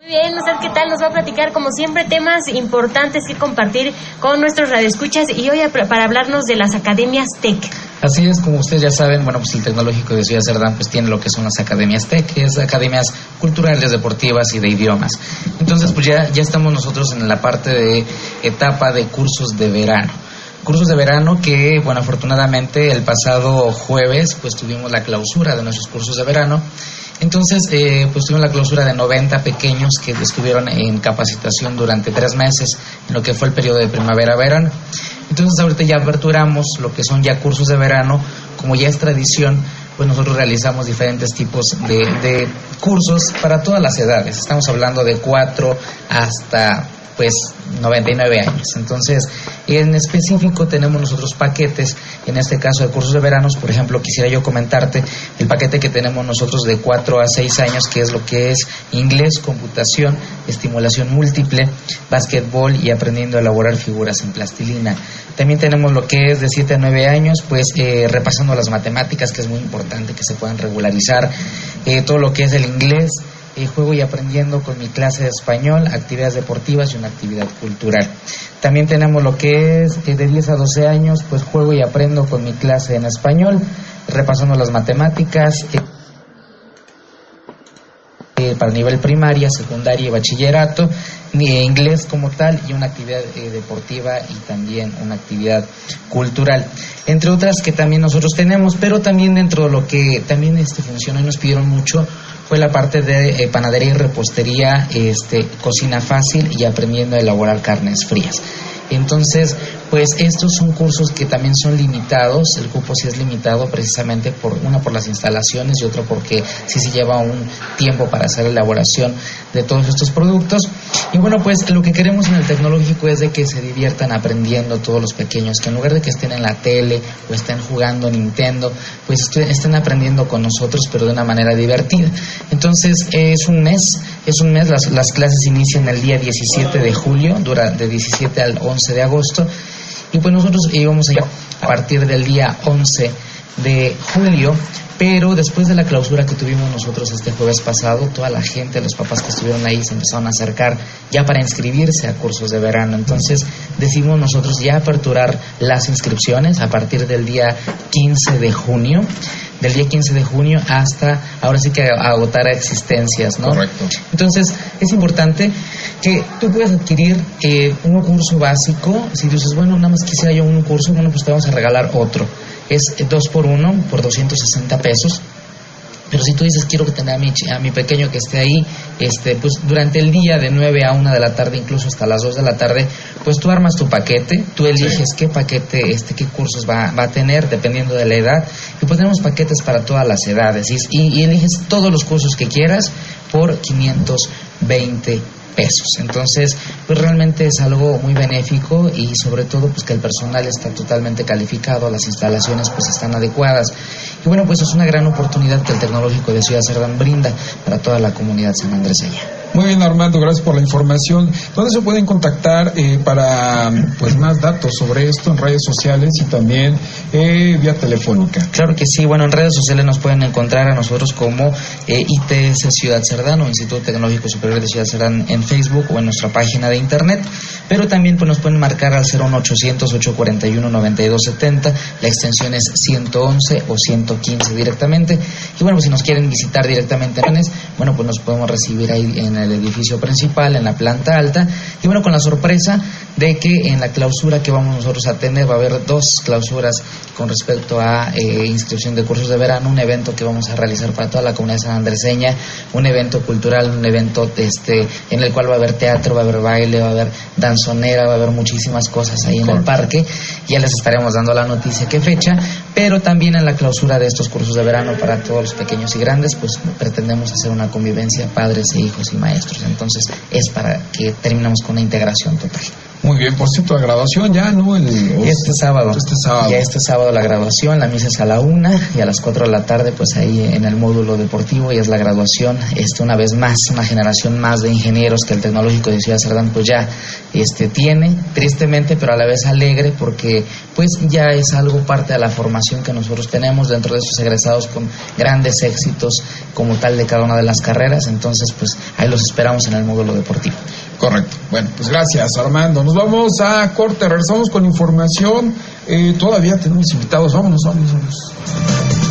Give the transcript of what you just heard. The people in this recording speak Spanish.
Bien, ¿usted qué tal? Nos va a platicar, como siempre, temas importantes que compartir con nuestros radioescuchas y hoy para hablarnos de las academias TEC. Así es, como ustedes ya saben, bueno, pues el Tecnológico de Ciudad Cerdán pues tiene lo que son las academias TEC, que es academias culturales, deportivas y de idiomas. Entonces, pues ya estamos nosotros en la parte de etapa de cursos de verano. Cursos de verano que, bueno, afortunadamente el pasado jueves pues tuvimos la clausura de nuestros cursos de verano. Entonces, pues tuvimos la clausura de 90 pequeños que estuvieron en capacitación durante 3 meses, en lo que fue el periodo de primavera-verano. Entonces, ahorita ya aperturamos lo que son ya cursos de verano, como ya es tradición, pues nosotros realizamos diferentes tipos de cursos para todas las edades. Estamos hablando de 4 hasta pues 99 años. Entonces, en específico tenemos nosotros paquetes, en este caso de cursos de veranos. Por ejemplo, quisiera yo comentarte el paquete que tenemos nosotros de 4 a 6 años, que es lo que es inglés, computación, estimulación múltiple, básquetbol y aprendiendo a elaborar figuras en plastilina. También tenemos lo que es de 7 a 9 años, pues repasando las matemáticas, que es muy importante que se puedan regularizar, todo lo que es el inglés, juego y aprendiendo con mi clase de español, actividades deportivas y una actividad cultural. También tenemos lo que es de 10 a 12 años, pues juego y aprendo con mi clase en español, repasando las matemáticas, para nivel primaria, secundaria y bachillerato, inglés como tal y una actividad deportiva y también una actividad cultural, entre otras que también nosotros tenemos. Pero también dentro de lo que también funcionó y nos pidieron mucho fue la parte de panadería y repostería, cocina fácil y aprendiendo a elaborar carnes frías. Entonces, pues estos son cursos que también son limitados, el cupo sí es limitado precisamente por las instalaciones y otro porque sí se lleva un tiempo para hacer la elaboración de todos estos productos. Y bueno, pues lo que queremos en el Tecnológico es de que se diviertan aprendiendo todos los pequeños, que en lugar de que estén en la tele o estén jugando Nintendo, pues estén aprendiendo con nosotros, pero de una manera divertida. Entonces, es un mes, las clases inician el día 17 de julio, dura de 17 al 11 de agosto, y pues nosotros íbamos a partir del día 11 de julio, pero después de la clausura que tuvimos nosotros este jueves pasado, toda la gente, los papás que estuvieron ahí se empezaron a acercar ya para inscribirse a cursos de verano. Entonces decidimos nosotros ya aperturar las inscripciones a partir del día 15 de junio. Del día 15 de junio hasta, ahora sí que agotar existencias, ¿no? Correcto. Entonces, es importante que tú puedas adquirir un curso básico. Si dices, bueno, nada más quisiera yo un curso, bueno, pues te vamos a regalar otro. Es 2x1 por 260 pesos. Pero si tú dices, quiero que tenga a mi pequeño que esté ahí, pues durante el día de 9 a 1 de la tarde, incluso hasta las 2 de la tarde, pues tú armas tu paquete, tú eliges qué paquete, qué cursos va a tener, dependiendo de la edad, y pues tenemos paquetes para todas las edades, y eliges todos los cursos que quieras por 520 pesos. Entonces, pues realmente es algo muy benéfico y sobre todo pues que el personal está totalmente calificado, las instalaciones pues están adecuadas. Y bueno, pues es una gran oportunidad que el Tecnológico de Ciudad Cerdán brinda para toda la comunidad sanandreseña. Muy bien, Armando, gracias por la información. ¿Dónde se pueden contactar para pues más datos sobre esto en redes sociales y también vía telefónica? Claro que sí, bueno, en redes sociales nos pueden encontrar a nosotros como ITS Ciudad Cerdán o Instituto Tecnológico Superior de Ciudad Cerdán en Facebook o en nuestra página de internet, pero también pues nos pueden marcar al 01800-841-9270, la extensión es 111 o 115 directamente, y bueno, pues si nos quieren visitar directamente, bueno, pues nos podemos recibir ahí en el edificio principal, en la planta alta, y bueno, con la sorpresa de que en la clausura que vamos nosotros a tener va a haber 2 clausuras con respecto a inscripción de cursos de verano, un evento que vamos a realizar para toda la comunidad sanandreseña, un evento cultural, un evento en el cual va a haber teatro, va a haber baile, va a haber danzonera, va a haber muchísimas cosas ahí en el parque. Ya les estaremos dando la noticia qué fecha, pero también en la clausura de estos cursos de verano para todos los pequeños y grandes, pues pretendemos hacer una convivencia padres e hijos y maestros. Entonces es para que terminemos con una integración total. Muy bien, por cierto, la graduación ya, ¿no? Este sábado. Ya este sábado la graduación, la misa es a la 1 y a las 4 de la tarde, pues ahí en el módulo deportivo, y es la graduación, una vez más, una generación más de ingenieros que el Tecnológico de Ciudad Cerdán pues ya tiene, tristemente, pero a la vez alegre, porque pues ya es algo parte de la formación que nosotros tenemos dentro de estos egresados con grandes éxitos como tal de cada una de las carreras. Entonces pues ahí los esperamos en el módulo deportivo. Correcto. Bueno, pues gracias, Armando. Nos vamos a corte, regresamos con información. Todavía tenemos invitados. Vámonos.